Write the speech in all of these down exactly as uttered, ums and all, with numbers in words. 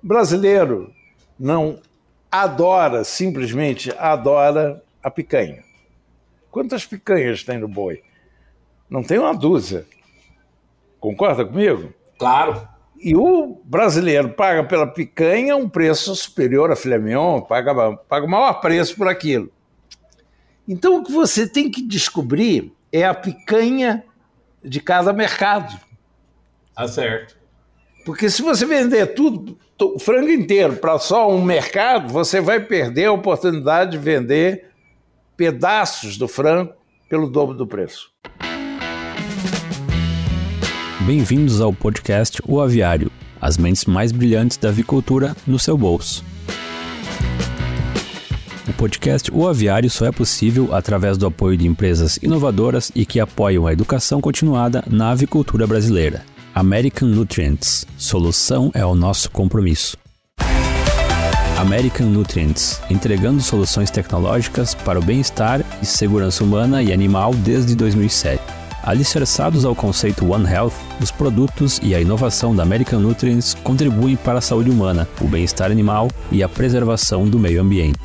O brasileiro não adora, simplesmente adora a picanha. Quantas picanhas tem no boi? Não tem uma dúzia. Concorda comigo? Claro. E o brasileiro paga pela picanha um preço superior a filé mignon, paga, paga o maior preço por aquilo. Então o que você tem que descobrir é a picanha de cada mercado. Tá certo. Porque se você vender tudo, o frango inteiro para só um mercado, você vai perder a oportunidade de vender pedaços do frango pelo dobro do preço. Bem-vindos ao podcast O Aviário, as mentes mais brilhantes da avicultura no seu bolso. O podcast O Aviário só é possível através do apoio de empresas inovadoras e que apoiam a educação continuada na avicultura brasileira. American Nutrients. Solução é o nosso compromisso. American Nutrients, entregando soluções tecnológicas para o bem-estar e segurança humana e animal desde dois mil e sete. Alicerçados ao conceito One Health, os produtos e a inovação da American Nutrients contribuem para a saúde humana, o bem-estar animal e a preservação do meio ambiente.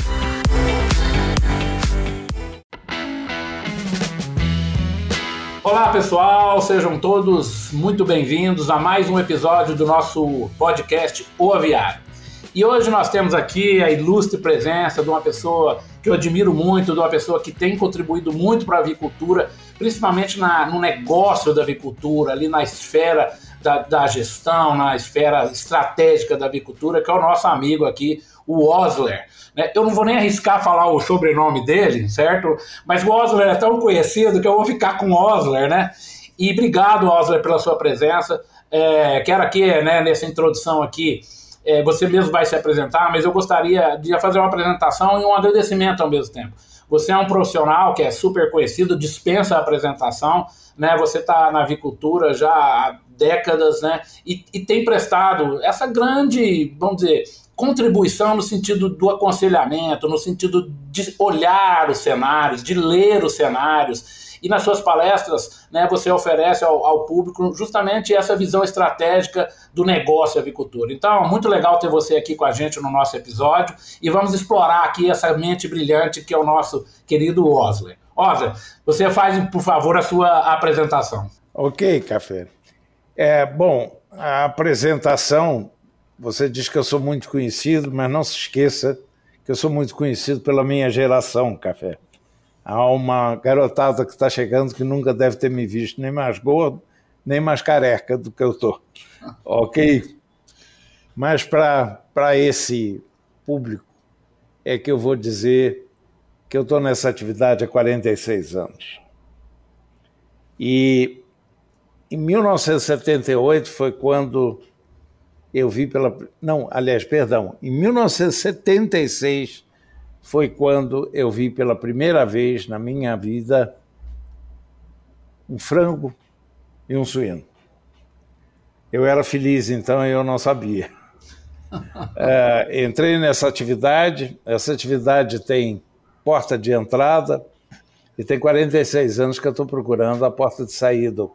Olá pessoal, sejam todos muito bem-vindos a mais um episódio do nosso podcast O Aviário. E hoje nós temos aqui a ilustre presença de uma pessoa que eu admiro muito, de uma pessoa que tem contribuído muito para a avicultura, principalmente na, no negócio da avicultura, ali na esfera da, da gestão, na esfera estratégica da avicultura, que é o nosso amigo aqui, o Osler. Eu não vou nem arriscar falar o sobrenome dele, certo? Mas o Osler é tão conhecido que eu vou ficar com o Osler, né? E obrigado, Osler, pela sua presença. É, quero aqui, né, nessa introdução aqui, é, você mesmo vai se apresentar, mas eu gostaria de fazer uma apresentação e um agradecimento ao mesmo tempo. Você é um profissional que é super conhecido, dispensa a apresentação, né? Você está na avicultura já há décadas, né? E, e tem prestado essa grande, vamos dizer, contribuição no sentido do aconselhamento, no sentido de olhar os cenários, de ler os cenários. E nas suas palestras, né, você oferece ao, ao público justamente essa visão estratégica do negócio avicultura. Então, muito legal ter você aqui com a gente no nosso episódio e vamos explorar aqui essa mente brilhante que é o nosso querido Osler. Osler, você faz, por favor, a sua apresentação. Ok, Café. É, bom, a apresentação, você diz que eu sou muito conhecido, mas não se esqueça que eu sou muito conhecido pela minha geração, Café. Há uma garotada que está chegando que nunca deve ter me visto nem mais gordo, nem mais careca do que eu estou. Ok? Mas para esse público é que eu vou dizer que eu estou nessa atividade há quarenta e seis anos. E em mil novecentos e setenta e oito foi quando eu vi pela... Não, aliás, perdão. Em mil novecentos e setenta e seis foi quando eu vi pela primeira vez na minha vida um frango e um suíno. Eu era feliz, então, e eu não sabia. É, entrei nessa atividade, essa atividade tem porta de entrada e tem quarenta e seis anos que eu estou procurando a porta de saída.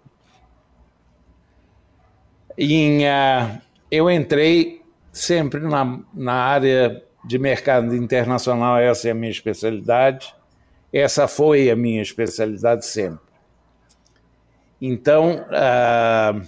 E em, uh, eu entrei sempre na, na área de mercado internacional, essa é a minha especialidade, essa foi a minha especialidade sempre. Então, uh,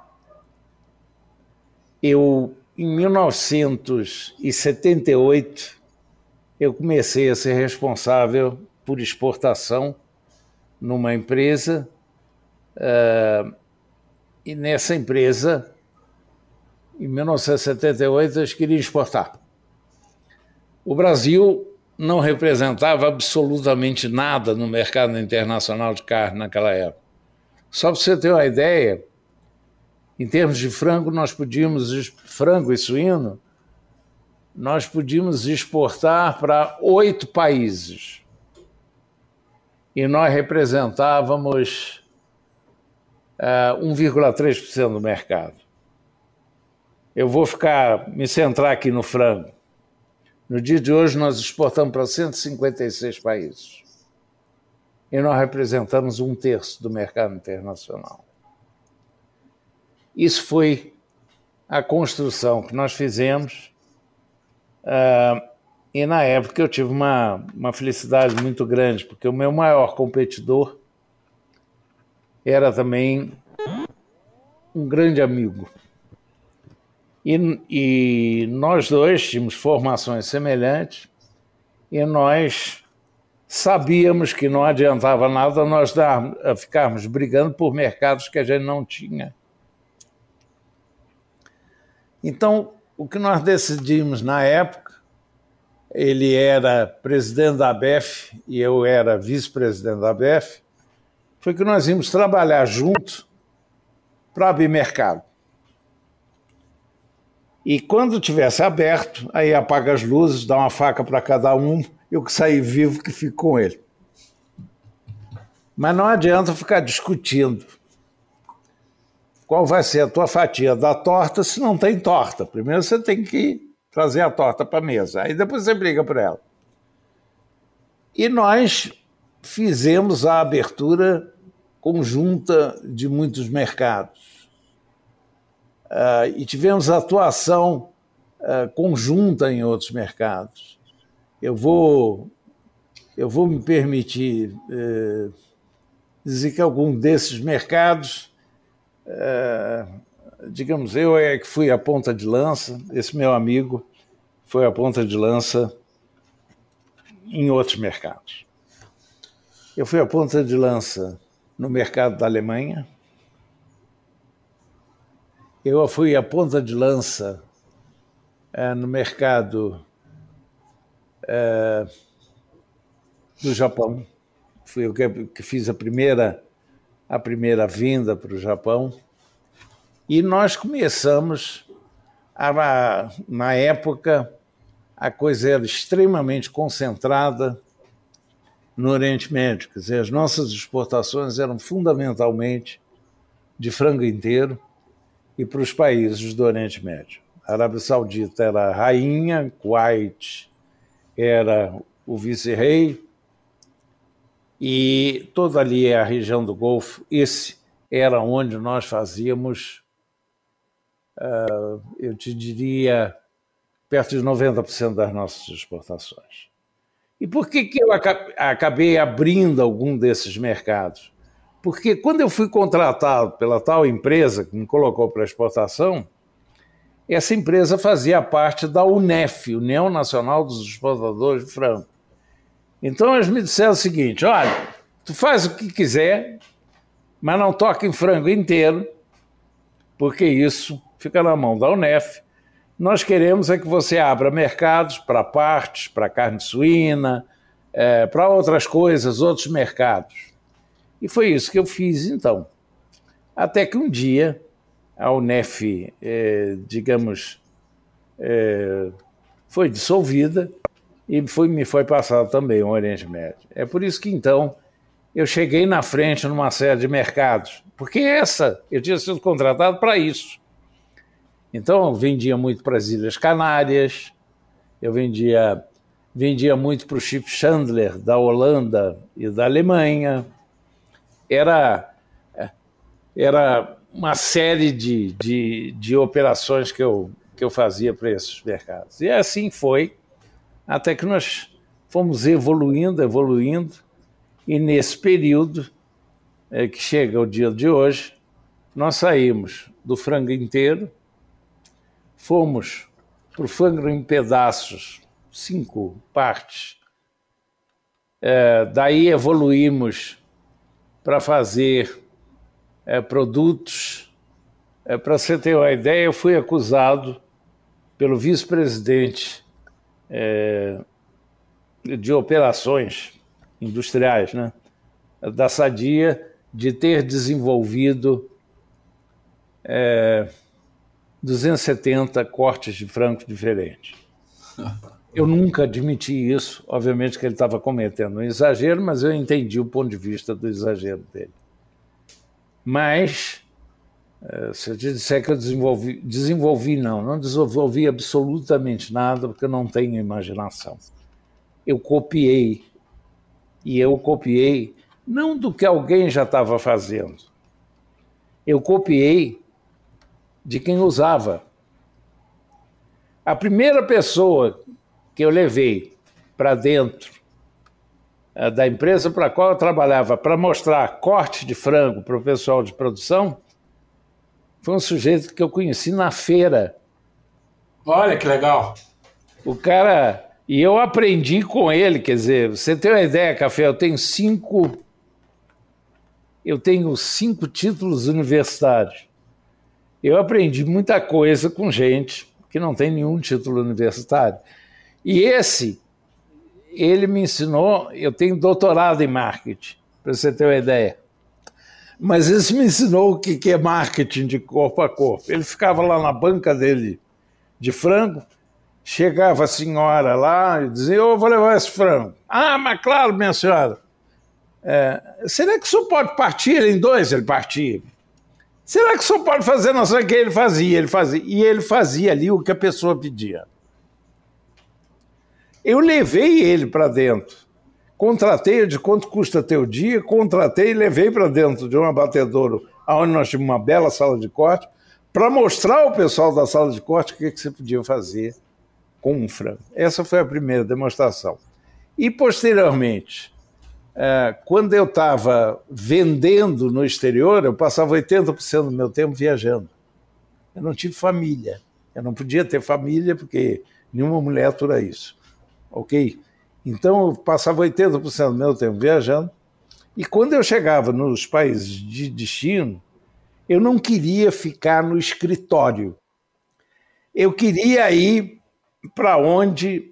eu, em mil novecentos e setenta e oito, eu comecei a ser responsável por exportação numa empresa, uh, e nessa empresa, em mil novecentos e setenta e oito, eles queriam exportar. O Brasil não representava absolutamente nada no mercado internacional de carne naquela época. Só para você ter uma ideia, em termos de frango, nós podíamos, frango e suíno, nós podíamos exportar para oito países. E nós representávamos uh, um vírgula três por cento do mercado. Eu vou ficar, me centrar aqui no frango. No dia de hoje, nós exportamos para cento e cinquenta e seis países. E nós representamos um terço do mercado internacional. Isso foi a construção que nós fizemos. Uh, e na época eu tive uma, uma felicidade muito grande, porque o meu maior competidor era também um grande amigo. E, e nós dois tínhamos formações semelhantes e nós sabíamos que não adiantava nada nós dar, ficarmos brigando por mercados que a gente não tinha. Então, o que nós decidimos na época, ele era presidente da A B F e eu era vice-presidente da A B F, foi que nós íamos trabalhar junto para abrir mercado. E quando tivesse aberto, aí apaga as luzes, dá uma faca para cada um, e o que sair vivo que fique com ele. Mas não adianta ficar discutindo qual vai ser a tua fatia da torta se não tem torta. Primeiro você tem que trazer a torta para a mesa, aí depois você briga por ela. E nós fizemos a abertura conjunta de muitos mercados. Uh, e tivemos atuação uh, conjunta em outros mercados. Eu vou, eu vou me permitir uh, dizer que algum desses mercados, uh, digamos, eu é que fui a ponta de lança, esse meu amigo foi a ponta de lança em outros mercados. Eu fui a ponta de lança no mercado da Alemanha. Eu fui a ponta de lança é, no mercado é, do Japão. Fui eu que, que fiz a primeira, a primeira vinda para o Japão. E nós começamos, a, a, na época, a coisa era extremamente concentrada no Oriente Médio. Quer dizer, as nossas exportações eram fundamentalmente de frango inteiro e para os países do Oriente Médio. A Arábia Saudita era a rainha, Kuwait era o vice-rei, e toda ali a região do Golfo, esse era onde nós fazíamos, uh, eu te diria, perto de noventa por cento das nossas exportações. E por que que eu acabei abrindo algum desses mercados? Porque quando eu fui contratado pela tal empresa que me colocou para exportação, essa empresa fazia parte da UNEF, União Nacional dos Exportadores de Frango. Então eles me disseram o seguinte: olha, tu faz o que quiser, mas não toca em frango inteiro, porque isso fica na mão da UNEF. Nós queremos é que você abra mercados para partes, para carne suína, é, para outras coisas, outros mercados. E foi isso que eu fiz, então. Até que um dia a UNEF, é, digamos, é, foi dissolvida e foi, me foi passado também o Oriente Médio. É por isso que, então, eu cheguei na frente numa série de mercados, porque essa, eu tinha sido contratado para isso. Então, eu vendia muito para as Ilhas Canárias, eu vendia, vendia muito para o Chip Chandler da Holanda e da Alemanha. Era, era uma série de, de, de operações que eu, que eu fazia para esses mercados. E assim foi, até que nós fomos evoluindo, evoluindo, e nesse período, é, que chega o dia de hoje, nós saímos do frango inteiro, fomos para o frango em pedaços, cinco partes, é, daí evoluímos para fazer é, produtos. É, para você ter uma ideia, eu fui acusado pelo vice-presidente é, de operações industriais, né, da Sadia, de ter desenvolvido é, duzentos e setenta cortes de frango diferentes. Eu nunca admiti isso, obviamente que ele estava cometendo um exagero, mas eu entendi o ponto de vista do exagero dele. Mas, se eu te disser que eu desenvolvi, desenvolvi não, não desenvolvi absolutamente nada, porque eu não tenho imaginação. Eu copiei, e eu copiei não do que alguém já estava fazendo, eu copiei de quem usava. A primeira pessoa que eu levei para dentro uh, da empresa para a qual eu trabalhava para mostrar corte de frango para o pessoal de produção foi um sujeito que eu conheci na feira. Olha que legal. O cara... E eu aprendi com ele, quer dizer, você tem uma ideia, Café, eu tenho cinco... Eu tenho cinco títulos universitários. Eu aprendi muita coisa com gente que não tem nenhum título universitário. E esse, ele me ensinou... Eu tenho doutorado em marketing, para você ter uma ideia. Mas esse me ensinou o que é marketing de corpo a corpo. Ele ficava lá na banca dele de frango, chegava a senhora lá e dizia, eu vou levar esse frango. Ah, mas claro, minha senhora. É, será que o senhor pode partir ele em dois? Ele partia. Será que o senhor pode fazer não sei o que? Ele fazia, ele fazia. E ele fazia ali o que a pessoa pedia. Eu levei ele para dentro. Contratei de quanto custa teu dia, contratei e levei para dentro de um abatedouro, onde nós tínhamos uma bela sala de corte, para mostrar ao pessoal da sala de corte o que, que você podia fazer com um frango. Essa foi a primeira demonstração. E, posteriormente, quando eu estava vendendo no exterior, eu passava oitenta por cento do meu tempo viajando. Eu não tive família. Eu não podia ter família porque nenhuma mulher atura isso. Ok? Então, eu passava oitenta por cento do meu tempo viajando. E quando eu chegava nos países de destino, eu não queria ficar no escritório. Eu queria ir para onde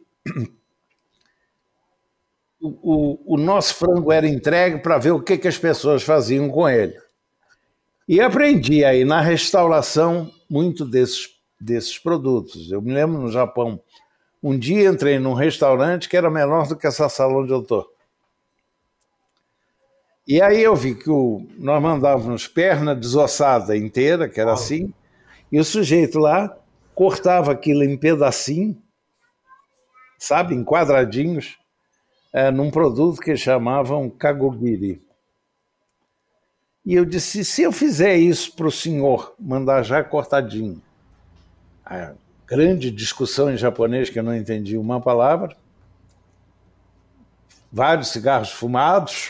o, o, o nosso frango era entregue para ver o que, que as pessoas faziam com ele. E aprendi aí na restauração muito desses, desses produtos. Eu me lembro no Japão, um dia entrei num restaurante que era menor do que essa sala onde eu estou. E aí eu vi que o, nós mandávamos perna desossada inteira, que era assim, e o sujeito lá cortava aquilo em pedacinho, sabe, em quadradinhos, é, num produto que chamavam kagogiri. E eu disse, se eu fizer isso para o senhor, mandar já cortadinho, a grande discussão em japonês que eu não entendi uma palavra, vários cigarros fumados,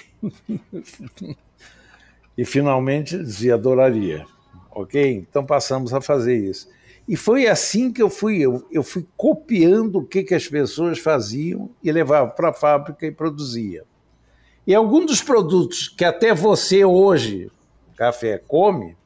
e finalmente dizia, adoraria. Ok? Então passamos a fazer isso. E foi assim que eu fui, eu, eu fui copiando o que, que as pessoas faziam e levava para a fábrica e produzia. E alguns dos produtos que até você hoje, Café, come,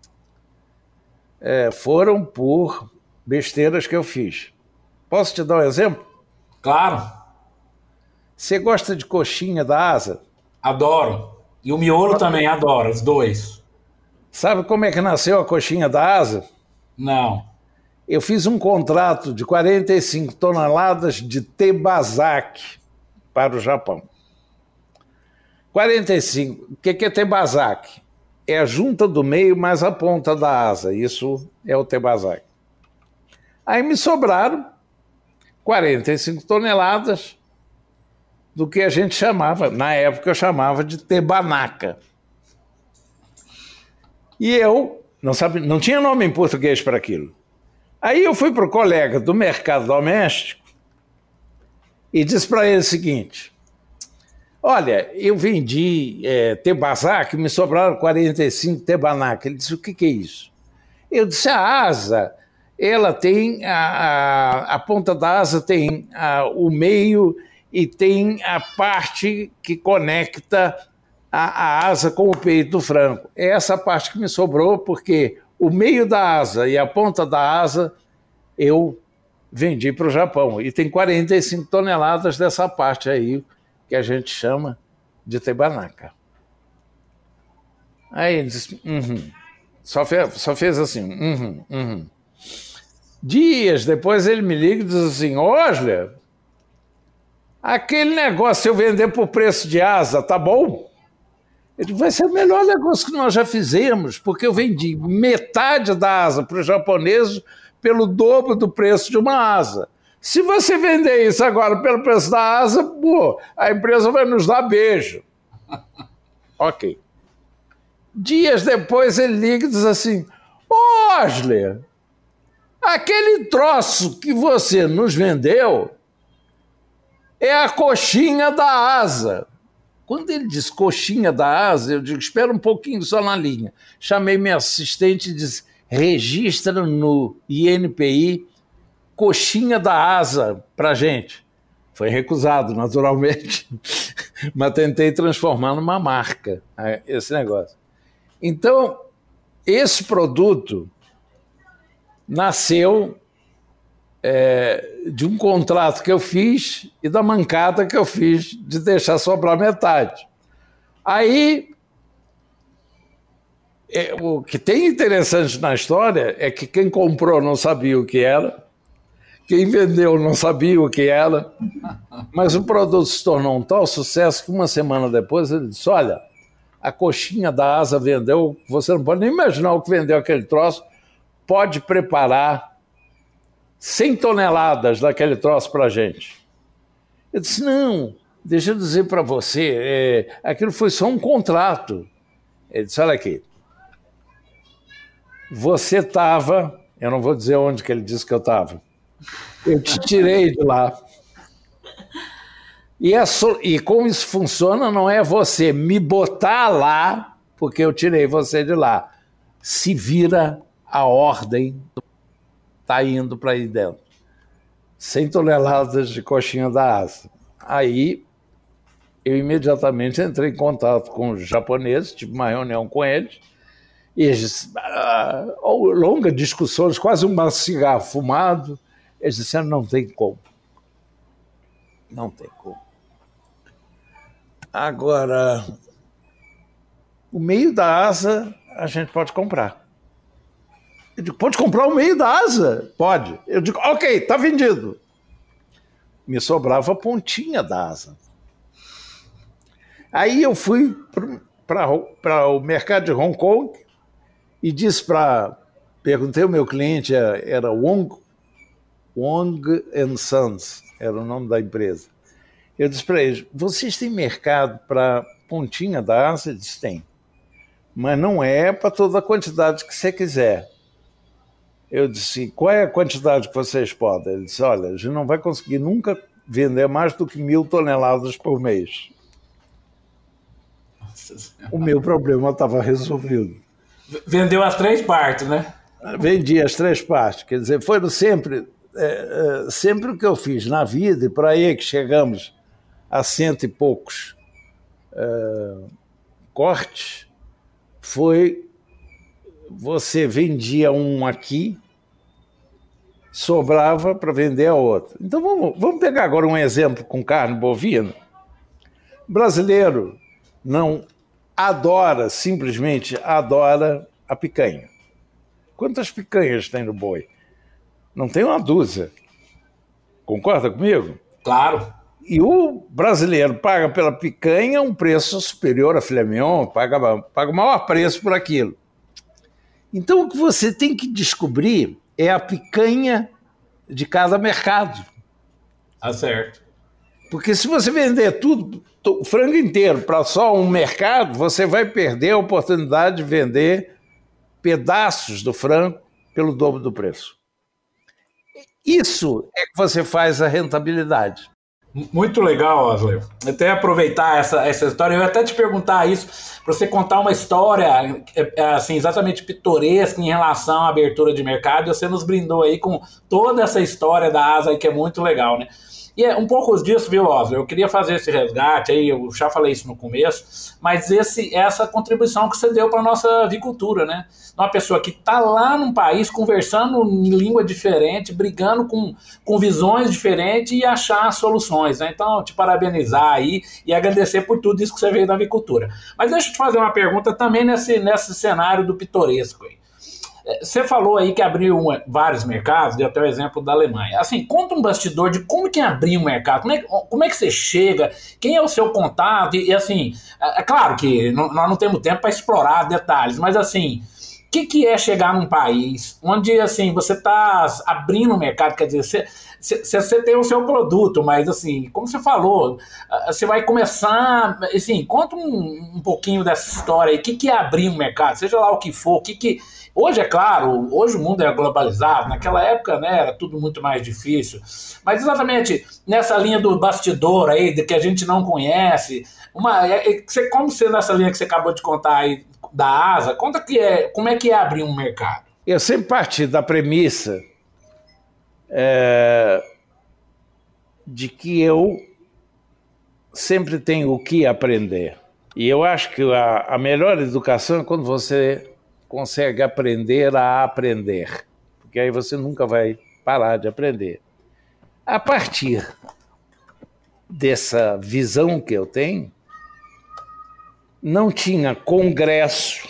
é, foram por besteiras que eu fiz. Posso te dar um exemplo? Claro. Você gosta de coxinha da asa? Adoro. E o miolo também adoro, os dois. Sabe como é que nasceu a coxinha da asa? Não. Eu fiz um contrato de quarenta e cinco toneladas de tebazaki para o Japão. quarenta e cinco. O que é tebazaki? É a junta do meio mais a ponta da asa. Isso é o tebazaki. Aí me sobraram quarenta e cinco toneladas do que a gente chamava, na época eu chamava de tebanaka. E eu não, sabe, não tinha nome em português para aquilo. Aí eu fui para o colega do mercado doméstico e disse para ele o seguinte, olha, eu vendi é, tebazaki, me sobraram quarenta e cinco tebanaka. Ele disse, o que, que é isso? Eu disse, a asa, ela tem, a, a, a ponta da asa tem a, o meio e tem a parte que conecta a, a asa com o peito do frango. É essa parte que me sobrou, porque o meio da asa e a ponta da asa eu vendi para o Japão. E tem quarenta e cinco toneladas dessa parte aí, que a gente chama de tebanaka. Aí ele disse, uhum. só, fez, só fez assim, uhum, uhum. Dias depois ele me liga e diz assim, Osler, aquele negócio se eu vender por preço de asa, tá bom? Ele vai ser o melhor negócio que nós já fizemos, porque eu vendi metade da asa para os japoneses pelo dobro do preço de uma asa. Se você vender isso agora pelo preço da asa, pô, a empresa vai nos dar beijo. Ok. Dias depois ele liga e diz assim, Osler, aquele troço que você nos vendeu é a coxinha da asa. Quando ele diz coxinha da asa, eu digo, espera um pouquinho só na linha. Chamei minha assistente e disse, registra no I N P I coxinha da asa para gente. Foi recusado, naturalmente, mas tentei transformar numa marca esse negócio. Então, esse produto nasceu é, de um contrato que eu fiz e da mancada que eu fiz de deixar sobrar metade. Aí, é, o que tem interessante na história é que quem comprou não sabia o que era, quem vendeu não sabia o que era, mas o produto se tornou um tal sucesso que uma semana depois ele disse, olha, a coxinha da asa vendeu, você não pode nem imaginar o que vendeu aquele troço, pode preparar cem toneladas daquele troço para a gente. Eu disse, não, deixa eu dizer para você, é, aquilo foi só um contrato. Ele disse, olha aqui, você estava, eu não vou dizer onde que ele disse que eu estava, eu te tirei de lá. E, é so, e como isso funciona, não é você me botar lá, porque eu tirei você de lá. Se vira a ordem, está indo para aí dentro. cem toneladas de coxinha da asa. Aí, eu imediatamente entrei em contato com os japoneses, tive uma reunião com eles, e eles, ah, longas discussões, quase um cigarro fumado, eles disseram, não tem como. Não tem como. Agora, o meio da asa a gente pode comprar. Eu digo, pode comprar o meio da asa? Pode. Eu digo, ok, está vendido. Me sobrava a pontinha da asa. Aí eu fui para o mercado de Hong Kong e disse para... Perguntei ao meu cliente, era Wong, Wong and Sons, era o nome da empresa. Eu disse para eles, vocês têm mercado para pontinha da asa? Ele disse, tem. Mas não é para toda a quantidade que você quiser. Eu disse, qual é a quantidade que vocês podem? Ele disse, olha, a gente não vai conseguir nunca vender mais do que mil toneladas por mês. O meu problema estava resolvido. Vendeu as três partes, né? Vendi as três partes. Quer dizer, foram sempre, é, é, sempre o que eu fiz na vida, e por aí é que chegamos a cento e poucos é, cortes, foi... Você vendia um aqui, sobrava para vender a outro. Então vamos, vamos pegar agora um exemplo com carne bovina. O brasileiro não adora, simplesmente adora a picanha. Quantas picanhas tem no boi? Não tem uma dúzia. Concorda comigo? Claro. E o brasileiro paga pela picanha um preço superior a filé mignon, paga, paga o maior preço por aquilo. Então, o que você tem que descobrir é a picanha de cada mercado. Tá certo. Porque se você vender tudo, o frango inteiro, para só um mercado, você vai perder a oportunidade de vender pedaços do frango pelo dobro do preço. Isso é que você faz a rentabilidade. Muito legal, Osler. Até aproveitar essa, essa história, eu ia até te perguntar isso, para você contar uma história assim, exatamente pitoresca em relação à abertura de mercado, e você nos brindou aí com toda essa história da asa aí, que é muito legal, né? E é um pouco disso, viu, Osler? Eu queria fazer esse resgate aí, eu já falei isso no começo, mas esse, essa contribuição que você deu para a nossa avicultura, né? Uma pessoa que está lá num país conversando em língua diferente, brigando com, com visões diferentes e achar soluções, né? Então, te parabenizar aí e agradecer por tudo isso que você veio da avicultura. Mas deixa eu te fazer uma pergunta também nesse, nesse cenário do pitoresco aí. Você falou aí que abriu uma, vários mercados, deu até o exemplo da Alemanha. Assim, conta um bastidor de como que abriu um mercado, como é, como é que você chega, quem é o seu contato, e, e assim, é, é claro que não, nós não temos tempo para explorar detalhes, mas assim, o que, que é chegar num país onde, assim, você está abrindo um mercado, quer dizer, você, você, você tem o seu produto, mas assim, como você falou, você vai começar, assim, conta um, um pouquinho dessa história aí, o que, que é abrir um mercado, seja lá o que for, o que que... Hoje, é claro, hoje o mundo é globalizado, naquela época, né, era tudo muito mais difícil, mas exatamente nessa linha do bastidor aí, de que a gente não conhece, uma, é, é, como você, nessa linha que você acabou de contar aí da Asa, conta que é, como é que é abrir um mercado? Eu sempre parti da premissa é, de que eu sempre tenho o que aprender. E eu acho que a, a melhor educação é quando você consegue aprender a aprender, porque aí você nunca vai parar de aprender. A partir dessa visão que eu tenho, não tinha congresso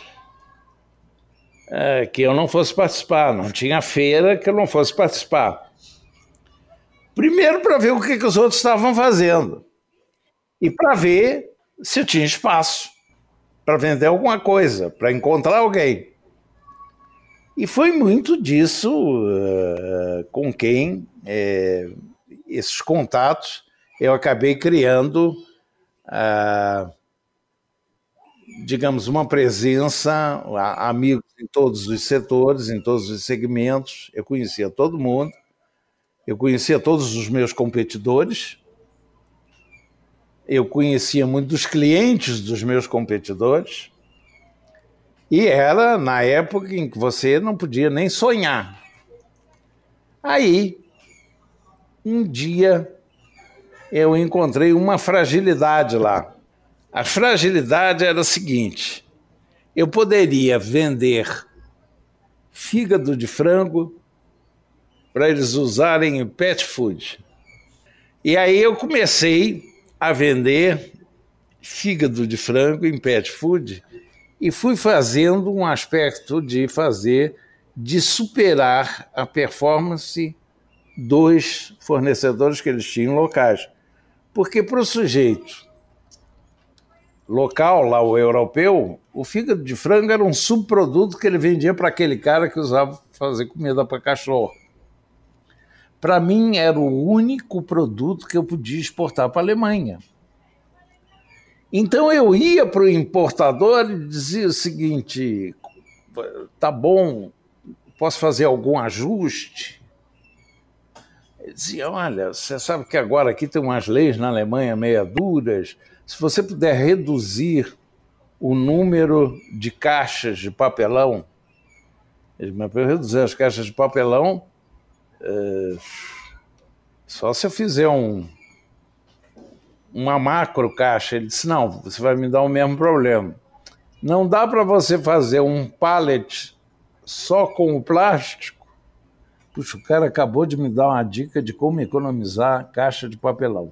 é, que eu não fosse participar, não tinha feira que eu não fosse participar. Primeiro para ver o que, que os outros estavam fazendo e para ver se eu tinha espaço para vender alguma coisa, para encontrar alguém. E foi muito disso uh, com quem uh, esses contatos eu acabei criando, uh, digamos, uma presença, uh, amigos em todos os setores, em todos os segmentos. Eu conhecia todo mundo, eu conhecia todos os meus competidores, eu conhecia muitos clientes dos meus competidores, e era na época em que você não podia nem sonhar. Aí, um dia, eu encontrei uma fragilidade lá. A fragilidade era a seguinte: eu poderia vender fígado de frango para eles usarem em pet food. E aí eu comecei a vender fígado de frango em pet food e fui fazendo um aspecto de fazer, de superar a performance dos fornecedores que eles tinham locais. Porque para o sujeito local, lá o europeu, o fígado de frango era um subproduto que ele vendia para aquele cara que usava fazer comida para cachorro. Para mim, era o único produto que eu podia exportar para a Alemanha. Então, eu ia para o importador e dizia o seguinte: tá bom, posso fazer algum ajuste? Ele dizia: olha, você sabe que agora aqui tem umas leis na Alemanha meio duras, se você puder reduzir o número de caixas de papelão, ele me para reduzir as caixas de papelão, é, só se eu fizer um, uma macro caixa. Ele disse: não, você vai me dar o mesmo problema. Não dá para você fazer um pallet só com o plástico. Puxa, o cara acabou de me dar uma dica de como economizar caixa de papelão.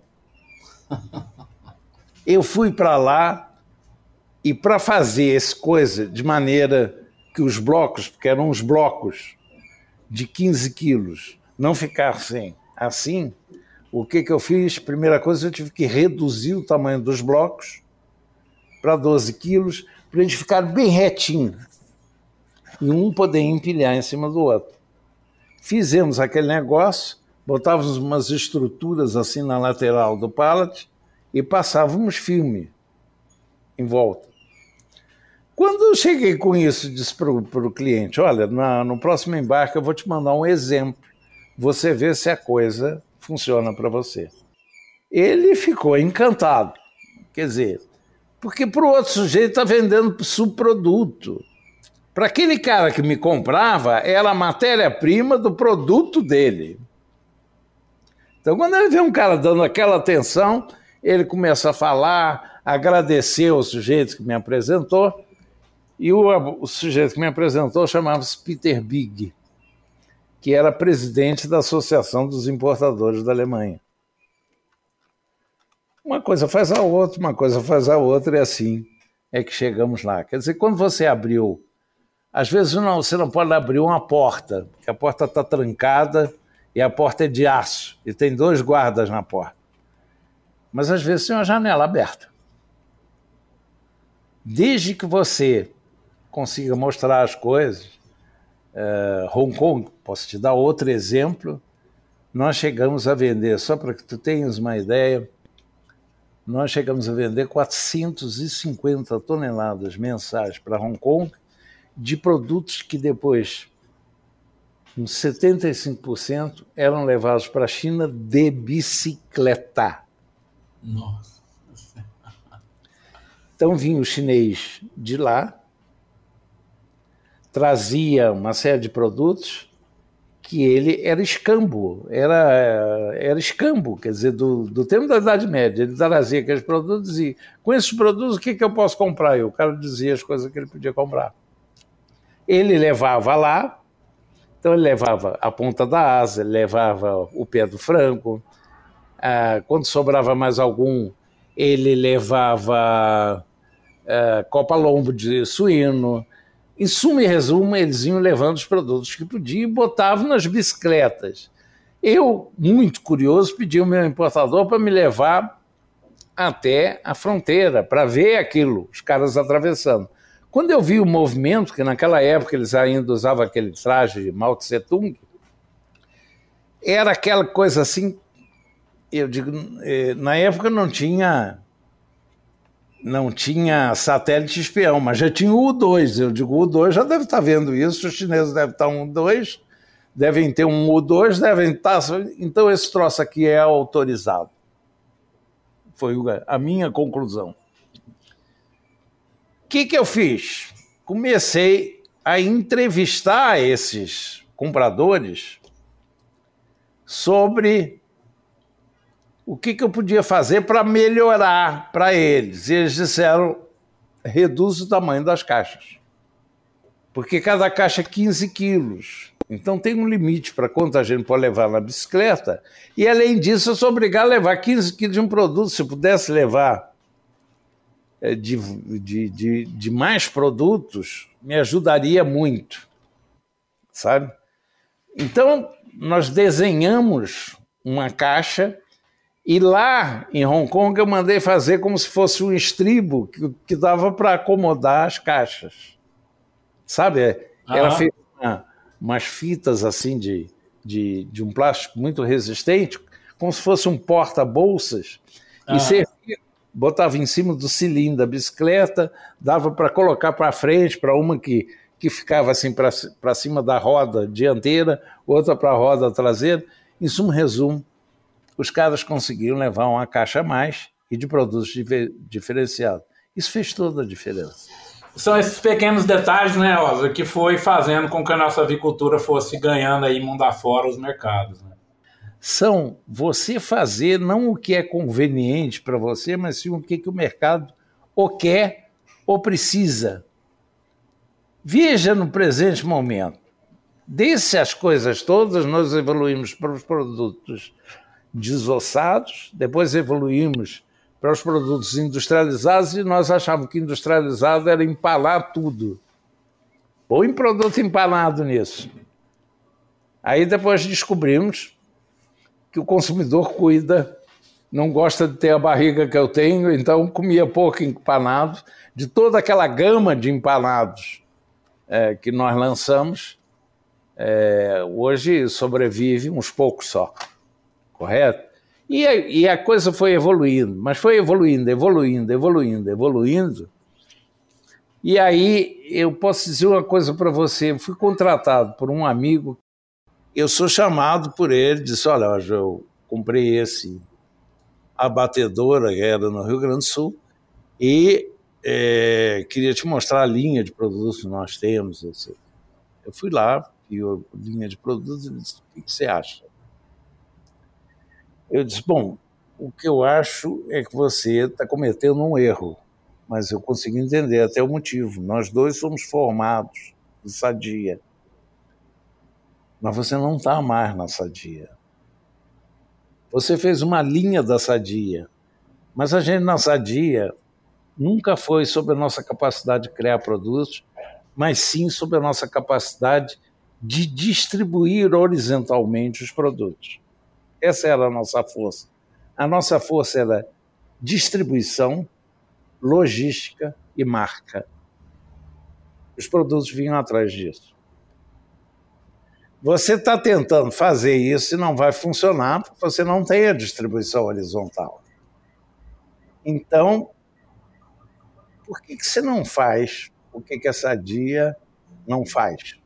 Eu fui para lá e para fazer essa coisa de maneira que os blocos, porque eram uns blocos de quinze quilos, não ficassem assim, o que, que eu fiz? Primeira coisa, eu tive que reduzir o tamanho dos blocos para doze quilos, para eles ficarem bem retinhos e um poder empilhar em cima do outro. Fizemos aquele negócio, botávamos umas estruturas assim na lateral do pallet e passávamos filme em volta. Quando eu cheguei com isso, disse para o cliente: olha, na, no próximo embarque eu vou te mandar um exemplo, você vê se a coisa funciona para você. Ele ficou encantado, quer dizer, porque para o outro sujeito está vendendo subproduto. Para aquele cara que me comprava, era a matéria-prima do produto dele. Então, quando ele vê um cara dando aquela atenção, ele começa a falar, agradecer o sujeito que me apresentou, e o, o sujeito que me apresentou chamava-se Peter Big, que era presidente da Associação dos Importadores da Alemanha. Uma coisa faz a outra, uma coisa faz a outra, e assim é que chegamos lá. Quer dizer, quando você abriu, às vezes não, você não pode abrir uma porta, porque a porta está trancada e a porta é de aço, e tem dois guardas na porta. Mas às vezes tem uma janela aberta. Desde que você consiga mostrar as coisas, uh, Hong Kong, posso te dar outro exemplo, nós chegamos a vender, só para que tu tenhas uma ideia, nós chegamos a vender quatrocentas e cinquenta toneladas mensais para Hong Kong de produtos que depois, uns setenta e cinco por cento, eram levados para a China de bicicleta. Nossa. Então vinha o chinês de lá, trazia uma série de produtos que ele era escambo, era, era escambo, quer dizer, do, do tempo da Idade Média. Ele trazia aqueles produtos e, com esses produtos, o que, que eu posso comprar? E o cara dizia as coisas que ele podia comprar. Ele levava lá, então ele levava a ponta da asa, ele levava o pé do frango, ah, quando sobrava mais algum, ele levava ah, copa-lombo de suíno. Em suma e resumo, eles iam levando os produtos que podiam e botavam nas bicicletas. Eu, muito curioso, pedi ao meu importador para me levar até a fronteira, para ver aquilo, os caras atravessando. Quando eu vi o movimento, que naquela época eles ainda usavam aquele traje de Mao Tse Tung, era aquela coisa assim, eu digo, na época não tinha... não tinha satélite espião, mas já tinha o U dois. Eu digo, o U dois já deve estar vendo isso, os chineses devem estar um U dois, devem ter um U dois, devem estar... Então esse troço aqui é autorizado. Foi a minha conclusão. O que, que eu fiz? Comecei a entrevistar esses compradores sobre... o que, que eu podia fazer para melhorar para eles. E eles disseram, reduz o tamanho das caixas. Porque cada caixa é quinze quilos. Então tem um limite para quanto a gente pode levar na bicicleta. E além disso, eu sou obrigado a levar quinze quilos de um produto. Se eu pudesse levar de, de, de, de mais produtos, me ajudaria muito. Sabe? Então, nós desenhamos uma caixa. E lá em Hong Kong eu mandei fazer como se fosse um estribo que, que dava para acomodar as caixas. Sabe? Era feito uma, umas fitas assim de, de, de um plástico muito resistente, como se fosse um porta-bolsas, e servia, botava em cima do cilindro da bicicleta, dava para colocar para frente, para uma que, que ficava assim para cima da roda dianteira, outra para a roda traseira. Em suma, resumo, os caras conseguiram levar uma caixa a mais e de produtos diferenciados. Isso fez toda a diferença. São esses pequenos detalhes, né, Oswald, que foi fazendo com que a nossa avicultura fosse ganhando aí mundo afora os mercados. Né? São você fazer não o que é conveniente para você, mas sim o que, que o mercado ou quer ou precisa. Veja no presente momento. Desde as coisas todas, nós evoluímos para os produtos desossados, depois evoluímos para os produtos industrializados e nós achávamos que industrializado era empanar tudo. Põe produto empalado nisso. Aí depois descobrimos que o consumidor cuida, não gosta de ter a barriga que eu tenho, então comia pouco empanado. De toda aquela gama de empanados é, que nós lançamos, é, hoje sobrevive uns poucos só. Correto? E a, e a coisa foi evoluindo, mas foi evoluindo, evoluindo, evoluindo, evoluindo. E aí eu posso dizer uma coisa para você, eu fui contratado por um amigo, eu sou chamado por ele, disse, olha, eu comprei esse abatedor, que era no Rio Grande do Sul, e é, queria te mostrar a linha de produtos que nós temos. Eu fui lá, vi a linha de produtos e disse, o que você acha? Eu disse, bom, o que eu acho é que você está cometendo um erro, mas eu consegui entender até o motivo. Nós dois somos formados de Sadia, mas você não está mais na Sadia. Você fez uma linha da Sadia, mas a gente na Sadia nunca foi sobre a nossa capacidade de criar produtos, mas sim sobre a nossa capacidade de distribuir horizontalmente os produtos. Essa era a nossa força. A nossa força era distribuição, logística e marca. Os produtos vinham atrás disso. Você está tentando fazer isso e não vai funcionar porque você não tem a distribuição horizontal. Então, por que, que você não faz o que, que a Sadia não faz.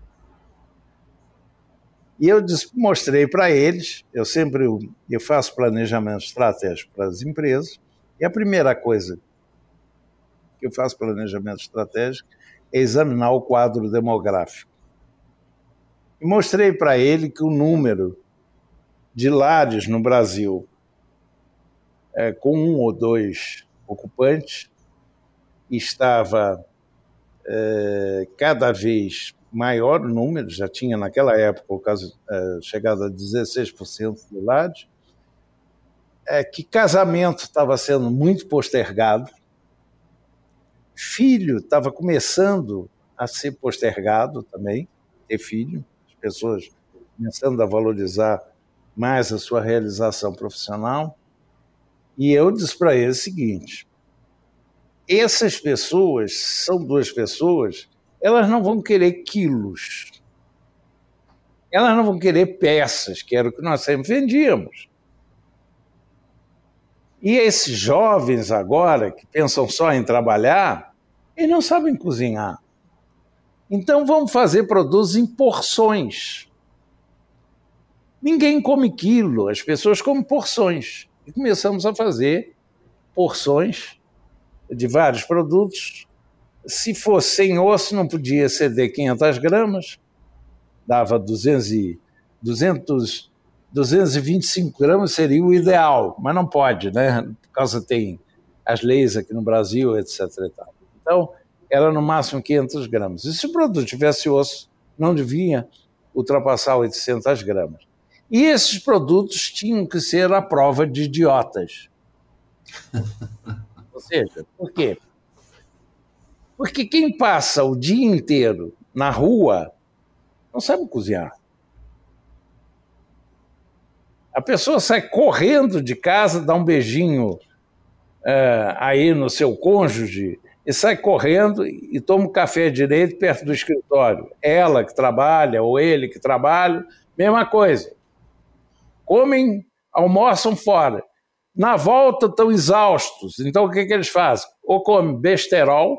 E eu mostrei para eles, eu sempre eu faço planejamento estratégico para as empresas, e a primeira coisa que eu faço planejamento estratégico é examinar o quadro demográfico. E mostrei para ele que o número de lares no Brasil é, com um ou dois ocupantes estava é, cada vez maior o número, já tinha naquela época o caso, é, chegado a dezesseis por cento de lares, é, que casamento estava sendo muito postergado, filho estava começando a ser postergado também, ter filho, as pessoas começando a valorizar mais a sua realização profissional. E eu disse para ele o seguinte: essas pessoas, são duas pessoas, elas não vão querer quilos, elas não vão querer peças, que era o que nós sempre vendíamos. E esses jovens agora, que pensam só em trabalhar, eles não sabem cozinhar. Então vamos fazer produtos em porções. Ninguém come quilo, as pessoas comem porções. E começamos a fazer porções de vários produtos. Se fosse sem osso, não podia exceder quinhentas gramas, dava duzentos, duzentos, duzentos e vinte e cinco gramas seria o ideal, mas não pode, né? Por causa tem as leis aqui no Brasil, etcétera. Então, era no máximo quinhentas gramas. E se o produto tivesse osso, não devia ultrapassar oitocentas gramas. E esses produtos tinham que ser à prova de idiotas. Ou seja, por quê? Porque quem passa o dia inteiro na rua não sabe cozinhar. A pessoa sai correndo de casa, dá um beijinho é, aí no seu cônjuge e sai correndo e toma um café direito perto do escritório. Ela que trabalha ou ele que trabalha, mesma coisa. Comem, almoçam fora. Na volta estão exaustos. Então o que, que eles fazem? Ou come besterol,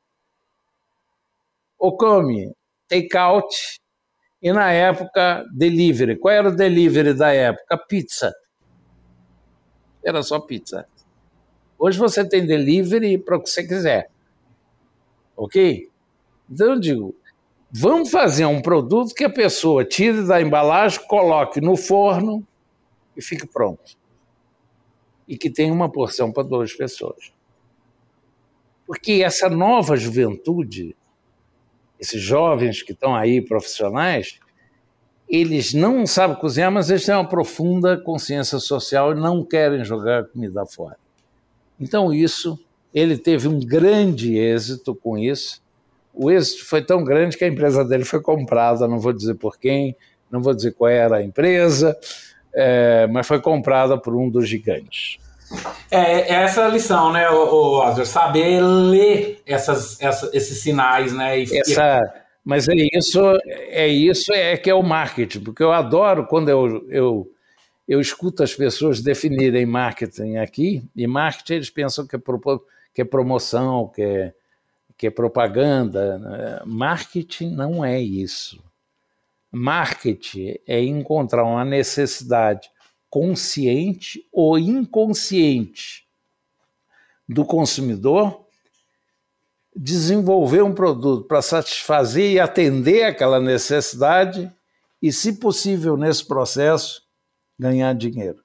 ou come take-out, e na época delivery. Qual era o delivery da época? Pizza. Era só pizza. Hoje você tem delivery para o que você quiser. Ok? Então eu digo, vamos fazer um produto que a pessoa tire da embalagem, coloque no forno e fique pronto. E que tenha uma porção para duas pessoas. Porque essa nova juventude, esses jovens que estão aí profissionais, eles não sabem cozinhar, mas eles têm uma profunda consciência social e não querem jogar comida fora. Então isso, ele teve um grande êxito com isso. O êxito foi tão grande que a empresa dele foi comprada, não vou dizer por quem, não vou dizer qual era a empresa, é, mas foi comprada por um dos gigantes. É, essa é a lição, né, Oswald? Saber ler essas, essa, esses sinais, né? E... Essa, mas é isso, é isso é que é o marketing, porque eu adoro quando eu, eu, eu escuto as pessoas definirem marketing aqui, e marketing eles pensam que é, pro, que é promoção, que é, que é propaganda. Marketing não é isso. Marketing é encontrar uma necessidade consciente ou inconsciente do consumidor, desenvolver um produto para satisfazer e atender aquela necessidade e, se possível, nesse processo, ganhar dinheiro.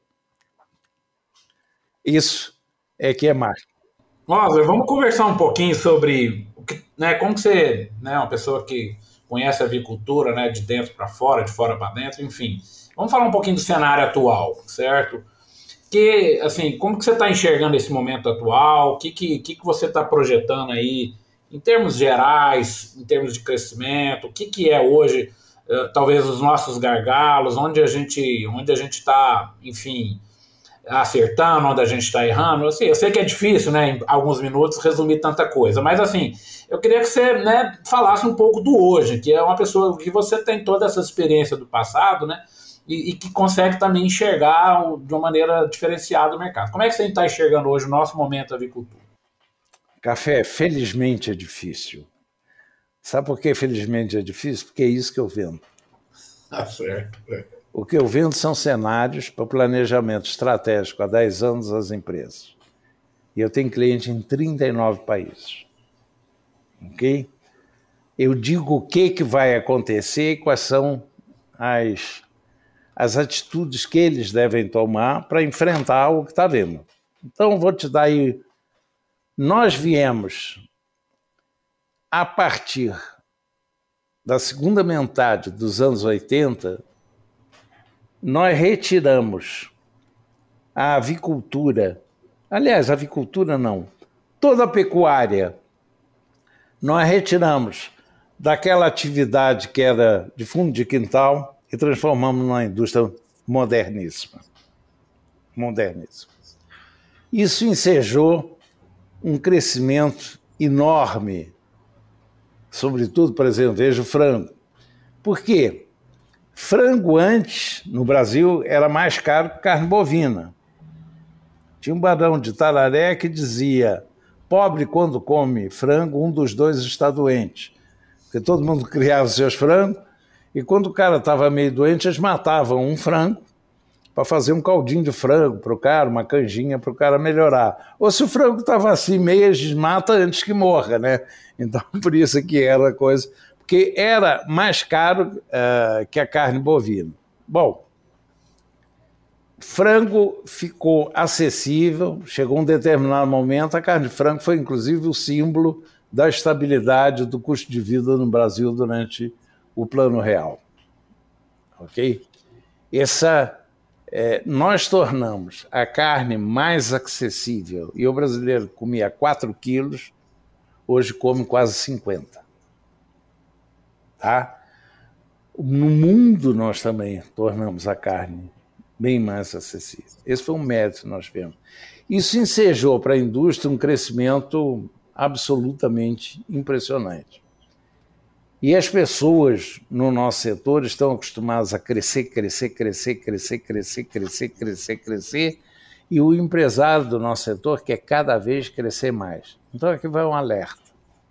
Isso é que é marketing. Oswald, vamos conversar um pouquinho sobre, né, como que você, né, uma pessoa que conhece a avicultura, né, de dentro para fora, de fora para dentro, enfim. Vamos falar um pouquinho do cenário atual, certo? Que, assim, como que você está enxergando esse momento atual? O que, que, que você está projetando aí, em termos gerais, em termos de crescimento? O que, que é hoje, uh, talvez, os nossos gargalos, onde a gente onde a gente está, enfim, acertando, onde a gente está errando? Assim, eu sei que é difícil, né, em alguns minutos, resumir tanta coisa, mas, assim, eu queria que você, né, falasse um pouco do hoje, que é uma pessoa que você tem toda essa experiência do passado, né, e, e que consegue também enxergar de uma maneira diferenciada o mercado. Como é que você está enxergando hoje o nosso momento da avicultura? Café, felizmente é difícil. Sabe por que felizmente é difícil? Porque é isso que eu vendo. Tá certo. O que eu vendo são cenários para planejamento estratégico há dez anos das empresas. E eu tenho cliente em trinta e nove países. Ok? Eu digo o que, que vai acontecer e quais são as, as atitudes que eles devem tomar para enfrentar o que está vendo. Então, vou te dar aí... Nós viemos, a partir da segunda metade dos anos oitenta, nós retiramos a avicultura, aliás, a avicultura não, toda a pecuária, nós retiramos daquela atividade que era de fundo de quintal e transformamos numa indústria moderníssima. Moderníssima. Isso ensejou um crescimento enorme, sobretudo, por exemplo, veja o frango. Por quê? Frango antes, no Brasil, era mais caro que carne bovina. Tinha um barão de Tararé que dizia: pobre quando come frango, um dos dois está doente. Porque todo mundo criava seus frangos e quando o cara estava meio doente, eles matavam um frango para fazer um caldinho de frango para o cara, uma canjinha para o cara melhorar. Ou se o frango estava assim, meio, eles matam antes que morra, né? Então, por isso que era a coisa... Porque era mais caro uh, que a carne bovina. Bom, frango ficou acessível, chegou um determinado momento, a carne de frango foi inclusive o símbolo da estabilidade do custo de vida no Brasil durante o Plano Real. Ok? Essa... É, nós tornamos a carne mais acessível e o brasileiro comia quatro quilos, hoje come quase cinquenta. Tá? No mundo nós também tornamos a carne bem mais acessível. Esse foi um mérito que nós tivemos. Isso ensejou para a indústria um crescimento absolutamente impressionante. E as pessoas no nosso setor estão acostumadas a crescer, crescer, crescer, crescer, crescer, crescer, crescer, crescer, e o empresário do nosso setor quer cada vez crescer mais. Então aqui vai um alerta.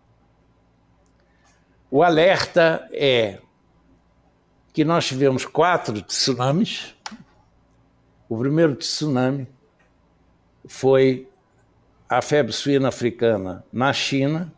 O alerta é que nós tivemos quatro tsunamis. O primeiro tsunami foi a febre suína africana na China,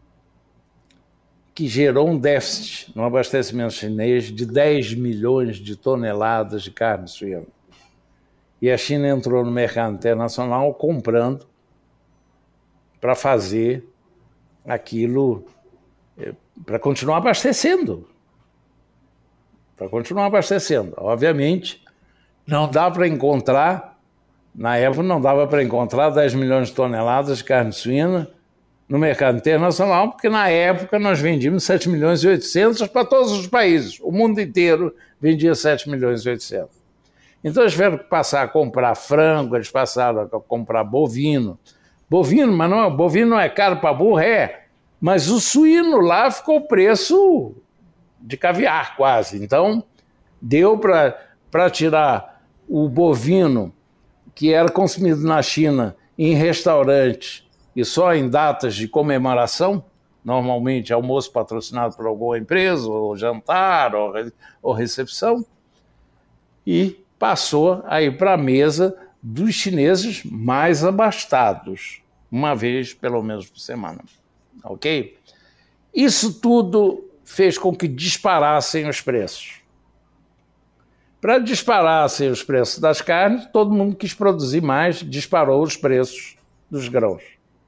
que gerou um déficit no abastecimento chinês de dez milhões de toneladas de carne suína. E a China entrou no mercado internacional comprando para fazer aquilo, para continuar abastecendo. Para continuar abastecendo. Obviamente, não dá para encontrar, na época não dava para encontrar dez milhões de toneladas de carne suína no mercado internacional, porque na época nós vendíamos sete milhões e oitocentos para todos os países. O mundo inteiro vendia sete milhões e oitocentos. Então eles tiveram que passar a comprar frango, eles passaram a comprar bovino. Bovino, mas não, bovino não é caro para burro, é. Mas o suíno lá ficou o preço de caviar quase. Então deu para tirar o bovino que era consumido na China em restaurantes e só em datas de comemoração, normalmente almoço patrocinado por alguma empresa, ou jantar, ou, ou recepção, e passou a ir para a mesa dos chineses mais abastados, uma vez pelo menos por semana. Ok? Isso tudo fez com que disparassem os preços. Para disparassem os preços das carnes, todo mundo quis produzir mais, disparou os preços dos grãos.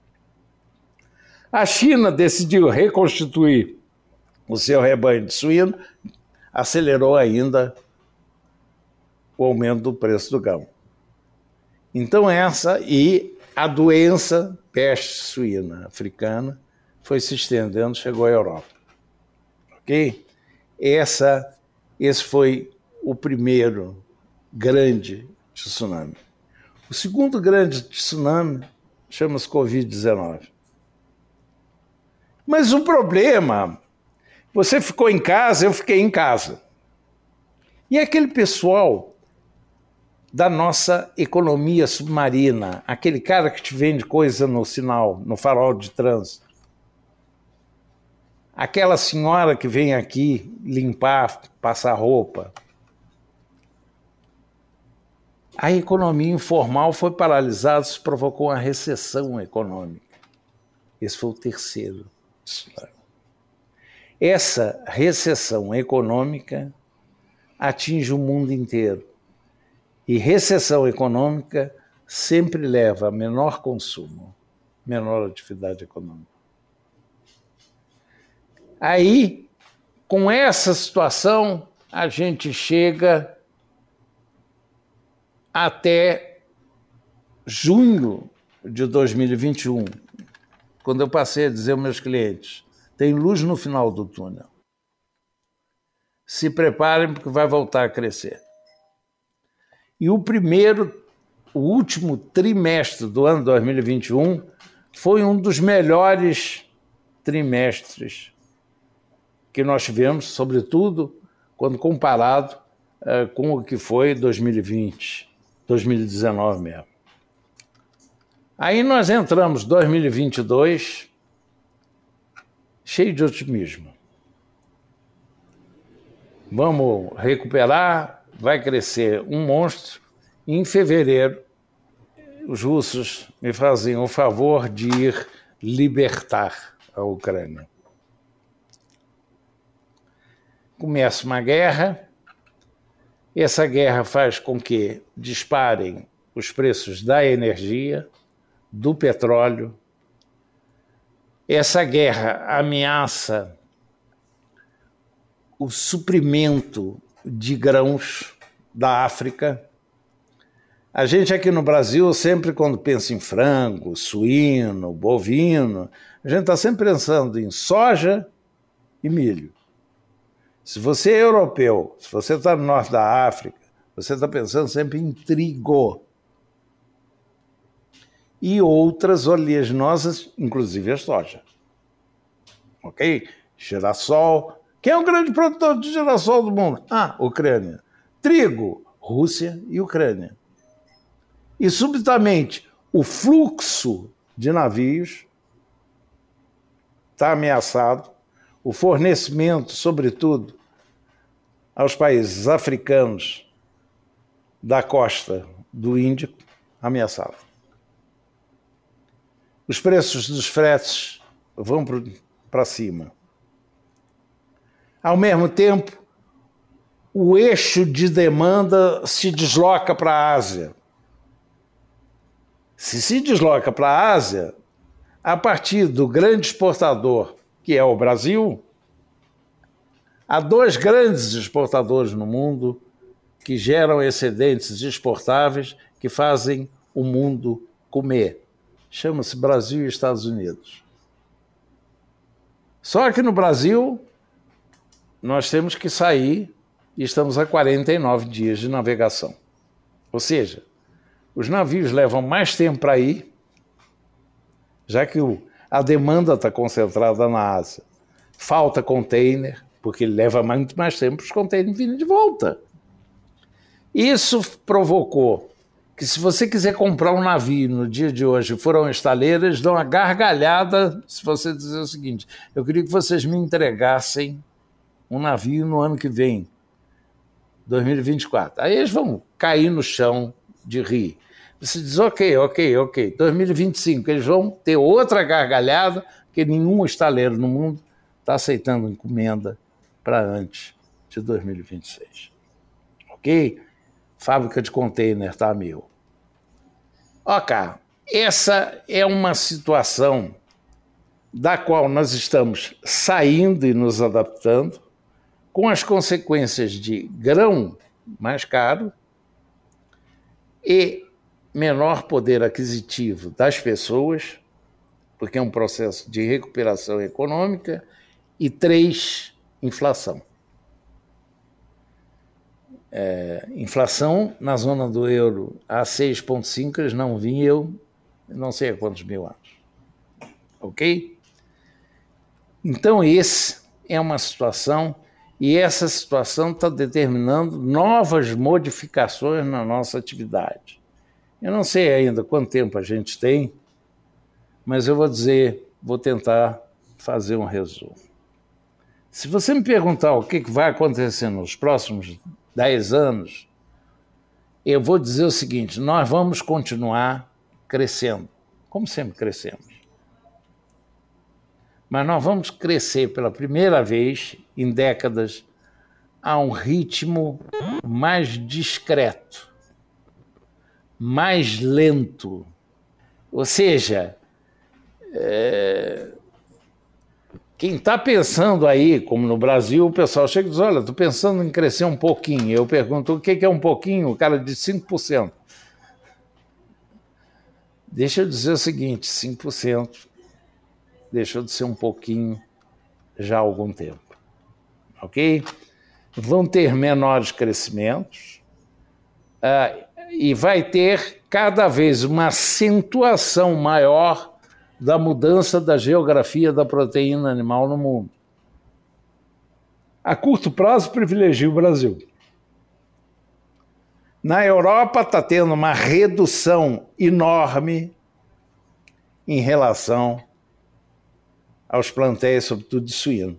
A China decidiu reconstituir o seu rebanho de suíno, acelerou ainda o aumento do preço do grão. Então essa e a doença peste suína africana foi se estendendo, chegou à Europa. Ok? Essa, esse foi o primeiro grande tsunami. O segundo grande tsunami chama-se covid dezenove. Mas o problema, você ficou em casa, eu fiquei em casa. E aquele pessoal da nossa economia submarina, aquele cara que te vende coisa no sinal, no farol de trânsito, aquela senhora que vem aqui limpar, passar roupa. A economia informal foi paralisada, isso provocou uma recessão econômica. Esse foi o terceiro. Essa recessão econômica atinge o mundo inteiro. E recessão econômica sempre leva a menor consumo, menor atividade econômica. Aí, com essa situação, a gente chega até junho de dois mil e vinte e um, quando eu passei a dizer aos meus clientes, tem luz no final do túnel. Se preparem porque vai voltar a crescer. E o primeiro, o último trimestre do ano dois mil e vinte e um foi um dos melhores trimestres que nós tivemos, sobretudo quando comparado uh, com o que foi dois mil e vinte, dois mil e dezenove mesmo. Aí nós entramos em dois mil e vinte e dois cheio de otimismo. Vamos recuperar, vai crescer um monstro. E em fevereiro, os russos me faziam o favor de ir libertar a Ucrânia. Começa uma guerra, essa guerra faz com que disparem os preços da energia, do petróleo. Essa guerra ameaça o suprimento de grãos da África. A gente aqui no Brasil, sempre quando pensa em frango, suíno, bovino, a gente está sempre pensando em soja e milho. Se você é europeu, se você está no norte da África, você está pensando sempre em trigo. E outras oleaginosas, inclusive a soja. Ok? Girassol. Quem é o grande produtor de girassol do mundo? Ah, Ucrânia. Trigo, Rússia e Ucrânia. E, subitamente, o fluxo de navios está ameaçado, o fornecimento, sobretudo, aos países africanos da costa do Índico, ameaçado. Os preços dos fretes vão para cima. Ao mesmo tempo, o eixo de demanda se desloca para a Ásia. Se se desloca para a Ásia, a partir do grande exportador, que é o Brasil, há dois grandes exportadores no mundo que geram excedentes exportáveis que fazem o mundo comer. Chama-se Brasil e Estados Unidos. Só que no Brasil, nós temos que sair e estamos a quarenta e nove dias de navegação. Ou seja, os navios levam mais tempo para ir, já que o, a demanda está concentrada na Ásia. Falta container, porque leva muito mais tempo para os containers virem de volta. Isso provocou que, se você quiser comprar um navio no dia de hoje e for a uma estaleira, eles dão uma gargalhada se você dizer o seguinte: eu queria que vocês me entregassem um navio no ano que vem, dois mil e vinte e quatro. Aí eles vão cair no chão de rir. Você diz, ok, ok, ok, dois mil e vinte e cinco, eles vão ter outra gargalhada, porque nenhum estaleiro no mundo está aceitando encomenda para antes de dois mil e vinte e seis. Ok? Fábrica de container está a mil. Ok, essa é uma situação da qual nós estamos saindo e nos adaptando, com as consequências de grão mais caro e menor poder aquisitivo das pessoas, porque é um processo de recuperação econômica, e três, inflação. É, inflação na zona do euro a seis vírgula cinco, eles não vinham, não sei há quantos mil anos. Ok? Então, esse é uma situação, e essa situação está determinando novas modificações na nossa atividade. Eu não sei ainda quanto tempo a gente tem, mas eu vou dizer, vou tentar fazer um resumo. Se você me perguntar o que vai acontecer nos próximos dez anos, eu vou dizer o seguinte: nós vamos continuar crescendo, como sempre crescemos. Mas nós vamos crescer pela primeira vez em décadas a um ritmo mais discreto, mais lento. Ou seja, é... quem está pensando aí, como no Brasil, o pessoal chega e diz: olha, estou pensando em crescer um pouquinho. Eu pergunto: o que é um pouquinho? O cara diz cinco por cento. Deixa eu dizer o seguinte: cinco por cento deixou de ser um pouquinho já há algum tempo. Ok? Vão ter menores crescimentos uh, e vai ter cada vez uma acentuação maior da mudança da geografia da proteína animal no mundo. A curto prazo, privilegia o Brasil. Na Europa está tendo uma redução enorme em relação aos plantéis, sobretudo de suíno.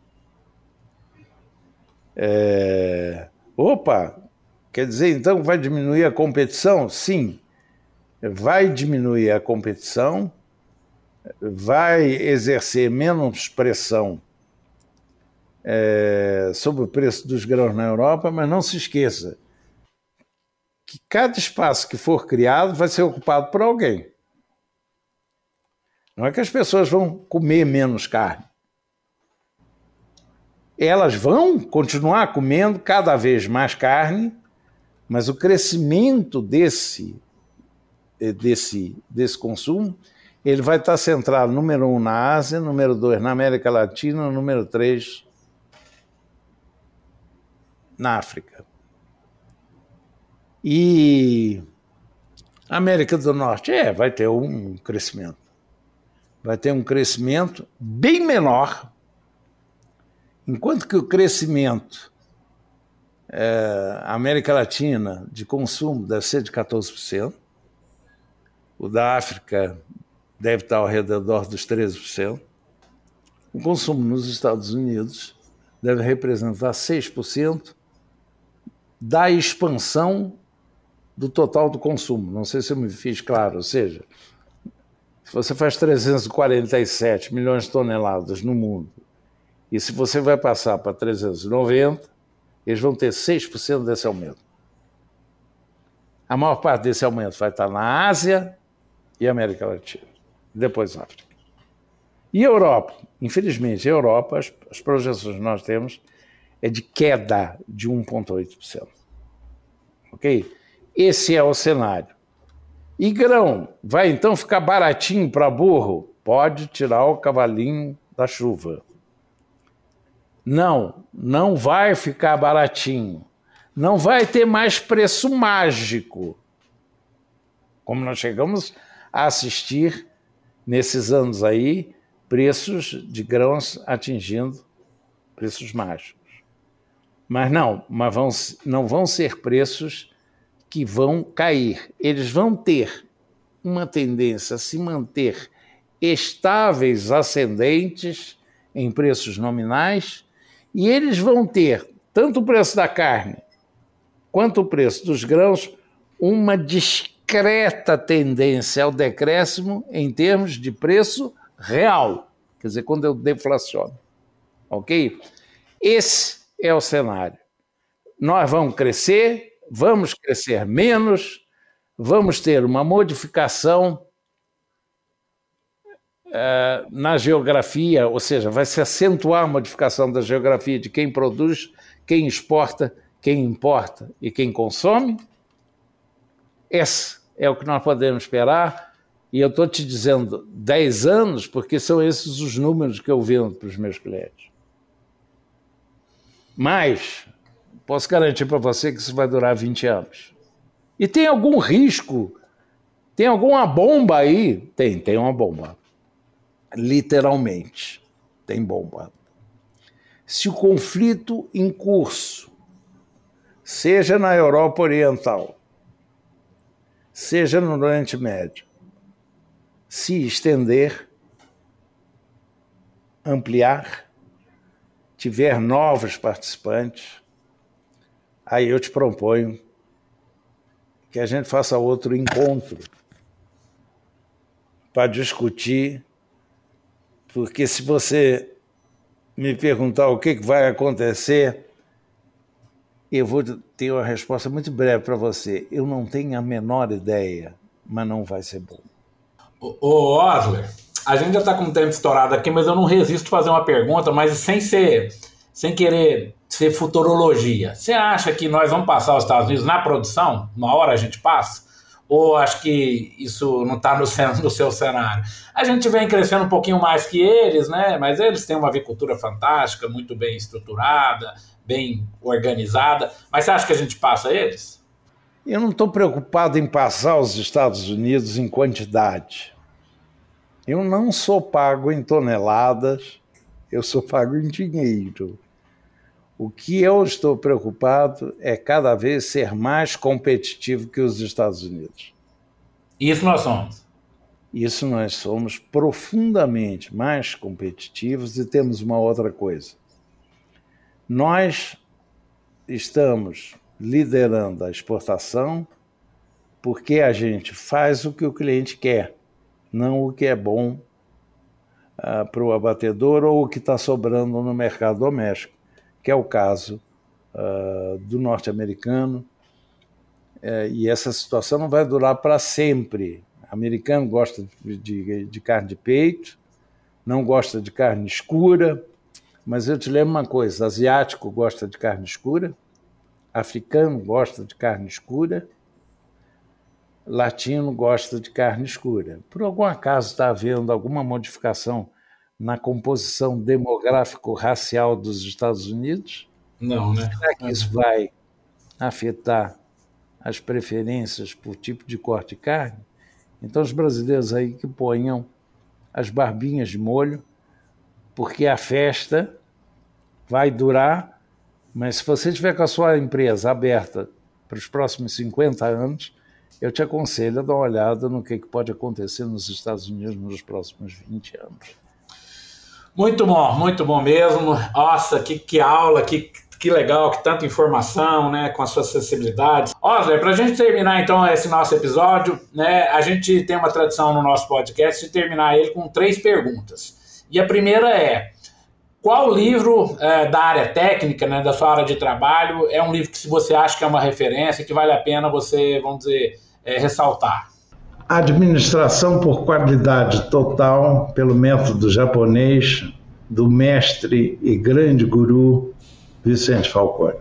É... Opa, quer dizer, então vai diminuir a competição? Sim, vai diminuir a competição, vai exercer menos pressão é, sobre o preço dos grãos na Europa, mas não se esqueça que cada espaço que for criado vai ser ocupado por alguém. Não é que as pessoas vão comer menos carne. Elas vão continuar comendo cada vez mais carne, mas o crescimento desse, desse, desse consumo, ele vai estar centrado, número um, na Ásia, número dois, na América Latina, número três, na África. E a América do Norte, é, vai ter um crescimento. Vai ter um crescimento bem menor, enquanto que o crescimento é, América Latina de consumo deve ser de catorze por cento, o da África deve estar ao redor dos treze por cento, o consumo nos Estados Unidos deve representar seis por cento da expansão do total do consumo. Não sei se eu me fiz claro, ou seja, se você faz trezentos e quarenta e sete milhões de toneladas no mundo, e se você vai passar para trezentos e noventa, eles vão ter seis por cento desse aumento. A maior parte desse aumento vai estar na Ásia e América Latina, depois África. E a Europa? Infelizmente, a Europa, as, as projeções que nós temos é de queda de um vírgula oito por cento. Ok? Esse é o cenário. E grão, vai então ficar baratinho para burro? Pode tirar o cavalinho da chuva. Não, não vai ficar baratinho. Não vai ter mais preço mágico, como nós chegamos a assistir nesses anos aí, preços de grãos atingindo preços mágicos. Mas não, mas vão, não vão ser preços que vão cair. Eles vão ter uma tendência a se manter estáveis, ascendentes em preços nominais, e eles vão ter, tanto o preço da carne quanto o preço dos grãos, uma discreta tendência ao decréscimo em termos de preço real, quer dizer, quando eu deflaciono. Ok? Esse é o cenário. Nós vamos crescer, vamos crescer menos, vamos ter uma modificação uh, na geografia, ou seja, vai se acentuar a modificação da geografia de quem produz, quem exporta, quem importa e quem consome. Esse é o que nós podemos esperar, e eu estou te dizendo dez anos, porque são esses os números que eu vendo para os meus clientes. Mas posso garantir para você que isso vai durar vinte anos. E tem algum risco? Tem alguma bomba aí? Tem, tem uma bomba. Literalmente, tem bomba. Se o conflito em curso, seja na Europa Oriental, seja no Oriente Médio, se estender, ampliar, tiver novos participantes, aí eu te proponho que a gente faça outro encontro para discutir, porque se você me perguntar o que vai acontecer, eu vou ter uma resposta muito breve para você. Eu não tenho a menor ideia, mas não vai ser bom. Ô Osler, a gente já está com o tempo estourado aqui, mas eu não resisto a fazer uma pergunta, mas sem ser, sem querer ser futurologia. Você acha que nós vamos passar os Estados Unidos na produção? Uma hora a gente passa? Ou acho que isso não está no, no seu cenário? A gente vem crescendo um pouquinho mais que eles, né? Mas eles têm uma avicultura fantástica, muito bem estruturada, bem organizada. Mas você acha que a gente passa eles? Eu não estou preocupado em passar os Estados Unidos em quantidade. Eu não sou pago em toneladas, eu sou pago em dinheiro. O que eu estou preocupado é cada vez ser mais competitivo que os Estados Unidos. Isso nós somos. Isso nós somos profundamente mais competitivos e temos uma outra coisa. Nós estamos liderando a exportação porque a gente faz o que o cliente quer, não o que é bom uh, para o abatedor ou o que está sobrando no mercado doméstico, que é o caso uh, do norte-americano, uh, e essa situação não vai durar para sempre. O americano gosta de, de, de carne de peito, não gosta de carne escura, mas eu te lembro uma coisa, asiático gosta de carne escura, africano gosta de carne escura, latino gosta de carne escura. Por algum acaso está havendo alguma modificação na composição demográfico-racial dos Estados Unidos? Não, né? Será que isso vai afetar as preferências por tipo de corte de carne? Então, os brasileiros aí que ponham as barbinhas de molho, porque a festa vai durar, mas se você tiver com a sua empresa aberta para os próximos cinquenta anos, eu te aconselho a dar uma olhada no que pode acontecer nos Estados Unidos nos próximos vinte anos. Muito bom, muito bom mesmo. Nossa, que, que aula, que, que legal, que tanta informação, né, com as suas acessibilidades. Osler, para a gente terminar então esse nosso episódio, né, a gente tem uma tradição no nosso podcast de terminar ele com três perguntas. E a primeira é, qual livro é, da área técnica, né, da sua área de trabalho, é um livro que se você acha que é uma referência, que vale a pena você, vamos dizer, é, ressaltar? Administração por qualidade total, pelo método japonês do mestre e grande guru Vicente Falcone.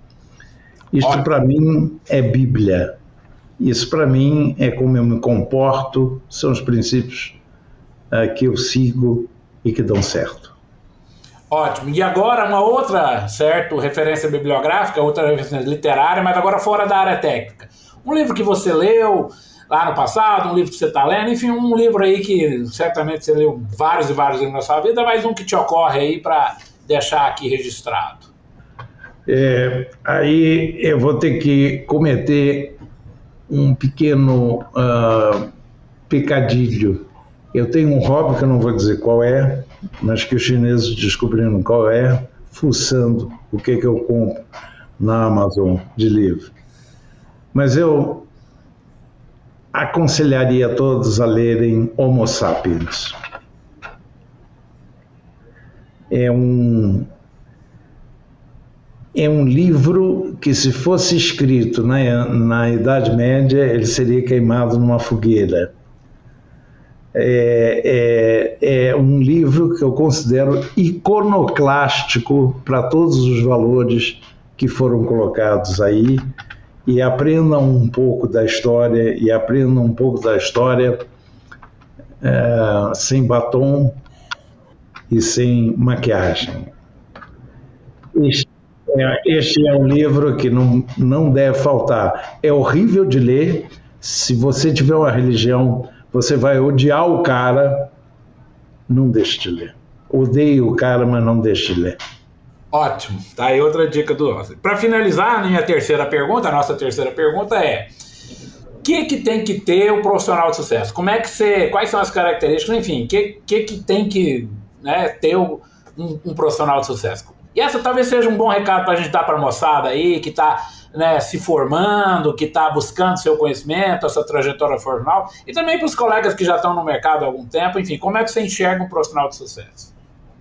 Isto para mim é Bíblia. Isso para mim é como eu me comporto, são os princípios uh, que eu sigo e que dão certo. Ótimo. E agora uma outra, certo, referência bibliográfica, outra referência literária, mas agora fora da área técnica. Um livro que você leu lá no passado, um livro que você está lendo, enfim, um livro aí que certamente você leu vários e vários livros na sua vida, mas um que te ocorre aí para deixar aqui registrado. É, aí eu vou ter que cometer um pequeno uh, pecadilho. Eu tenho um hobby que eu não vou dizer qual é, mas que os chineses descobriram qual é, fuçando o que, que eu compro na Amazon de livro. Mas eu aconselharia a todos a lerem Homo Sapiens. É um, é um livro que, se fosse escrito na, na Idade Média, ele seria queimado numa fogueira. É, é, é um livro que eu considero iconoclástico para todos os valores que foram colocados aí. E aprendam um pouco da história, e aprendam um pouco da história é, sem batom e sem maquiagem. Este é, este é um livro que não, não deve faltar. É horrível de ler. Se você tiver uma religião, você vai odiar o cara, não deixe de ler. Odeie o cara, mas não deixe de ler. Ótimo, tá aí outra dica do Osler. Para finalizar, minha terceira pergunta, a nossa terceira pergunta é: o que que tem que ter um profissional de sucesso? Como é que você, quais são as características, enfim, o que, que que tem que, né, ter um, um profissional de sucesso? E essa talvez seja um bom recado para a gente dar para a moçada aí, que está, né, se formando, que está buscando seu conhecimento, essa trajetória profissional, e também para os colegas que já estão no mercado há algum tempo. Enfim, como é que você enxerga um profissional de sucesso?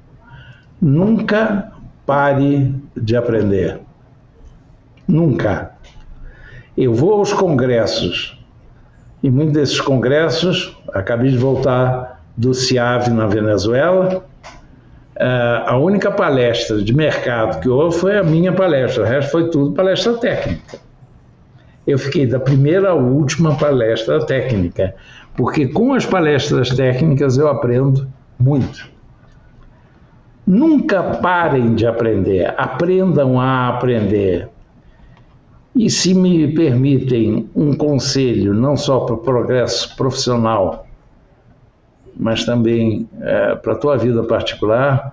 Nunca pare de aprender. Nunca. Eu vou aos congressos, e muitos desses congressos, acabei de voltar do CIAV na Venezuela, a única palestra de mercado que houve foi a minha palestra, o resto foi tudo palestra técnica. Eu fiquei da primeira à última palestra técnica, porque com as palestras técnicas eu aprendo muito. Nunca parem de aprender, aprendam a aprender. E se me permitem um conselho, não só para o progresso profissional, mas também é, para a tua vida particular,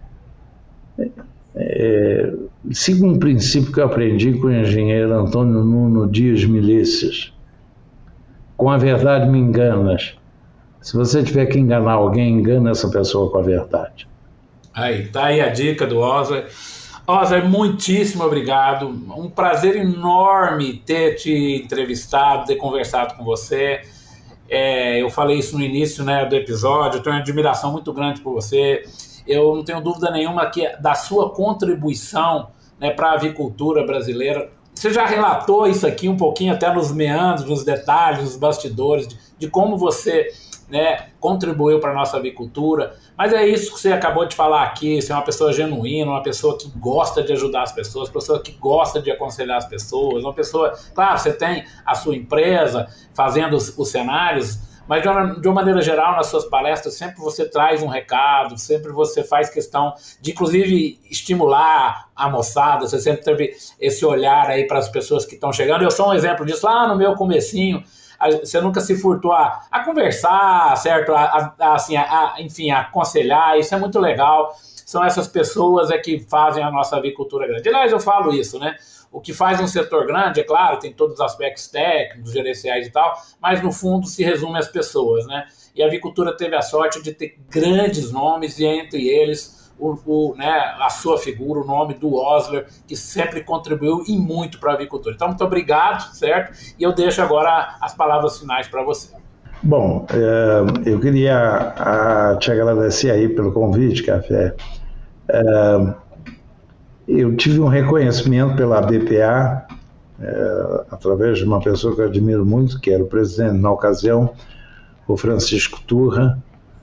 é, siga um princípio que eu aprendi com o engenheiro Antônio Nuno Dias Milícias. Com a verdade me enganas. Se você tiver que enganar alguém, engana essa pessoa com a verdade. Aí, tá aí a dica do Osler. Osler, muitíssimo obrigado. Um prazer enorme ter te entrevistado, ter conversado com você. É, eu falei isso no início, né, do episódio, eu tenho uma admiração muito grande por você. Eu não tenho dúvida nenhuma que da sua contribuição, né, para a avicultura brasileira. Você já relatou isso aqui um pouquinho, até nos meandros, nos detalhes, nos bastidores, de, de como você, né, contribuiu para a nossa avicultura. Mas é isso que você acabou de falar aqui, você é uma pessoa genuína, uma pessoa que gosta de ajudar as pessoas, uma pessoa que gosta de aconselhar as pessoas, uma pessoa... Claro, você tem a sua empresa fazendo os, os cenários, mas de uma, de uma maneira geral, nas suas palestras, sempre você traz um recado, sempre você faz questão de, inclusive, estimular a moçada, você sempre teve esse olhar aí para as pessoas que estão chegando. Eu sou um exemplo disso lá no meu comecinho. Você nunca se furtou a, a conversar, certo? A, a, assim, a, a, enfim, a aconselhar, isso é muito legal. São essas pessoas é que fazem a nossa avicultura grande. Aliás, eu falo isso, né? O que faz um setor grande, é claro, tem todos os aspectos técnicos, gerenciais e tal, mas no fundo se resume às pessoas, né? E a avicultura teve a sorte de ter grandes nomes, e entre eles o, o, né, a sua figura, o nome do Osler, que sempre contribuiu e muito para a avicultura. Então, muito obrigado, certo? E eu deixo agora as palavras finais para você. Bom, é, eu queria a, te agradecer aí pelo convite, Café. É, eu tive um reconhecimento pela B P A, é, através de uma pessoa que eu admiro muito, que era o presidente na ocasião, o Francisco Turra,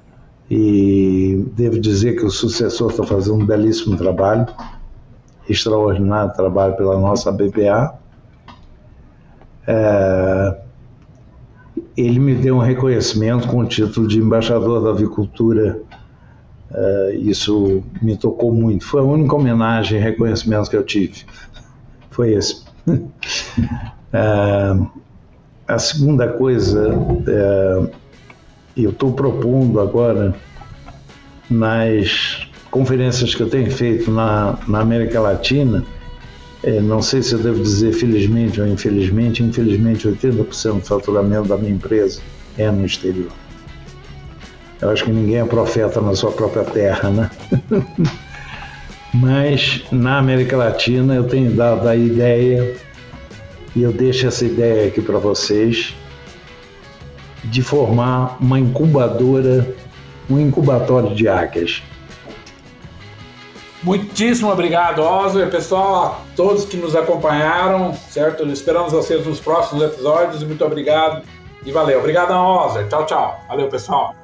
e devo dizer que o sucessor está fazendo um belíssimo trabalho, extraordinário trabalho pela nossa B P A. É, ele me deu um reconhecimento com o título de embaixador da avicultura. É, isso me tocou muito. Foi a única homenagem e reconhecimento que eu tive. Foi esse. É, a segunda coisa... É, eu estou propondo agora, nas conferências que eu tenho feito na, na América Latina, é, não sei se eu devo dizer felizmente ou infelizmente, infelizmente oitenta por cento do faturamento da minha empresa é no exterior. Eu acho que ninguém é profeta na sua própria terra, né? Mas na América Latina eu tenho dado a ideia, e eu deixo essa ideia aqui para vocês, de formar uma incubadora, um incubatório de águias. Muitíssimo obrigado, Osler. Pessoal, a todos que nos acompanharam, certo? Esperamos vocês nos próximos episódios e muito obrigado e valeu. Obrigado, Osler. Tchau, tchau. Valeu, pessoal.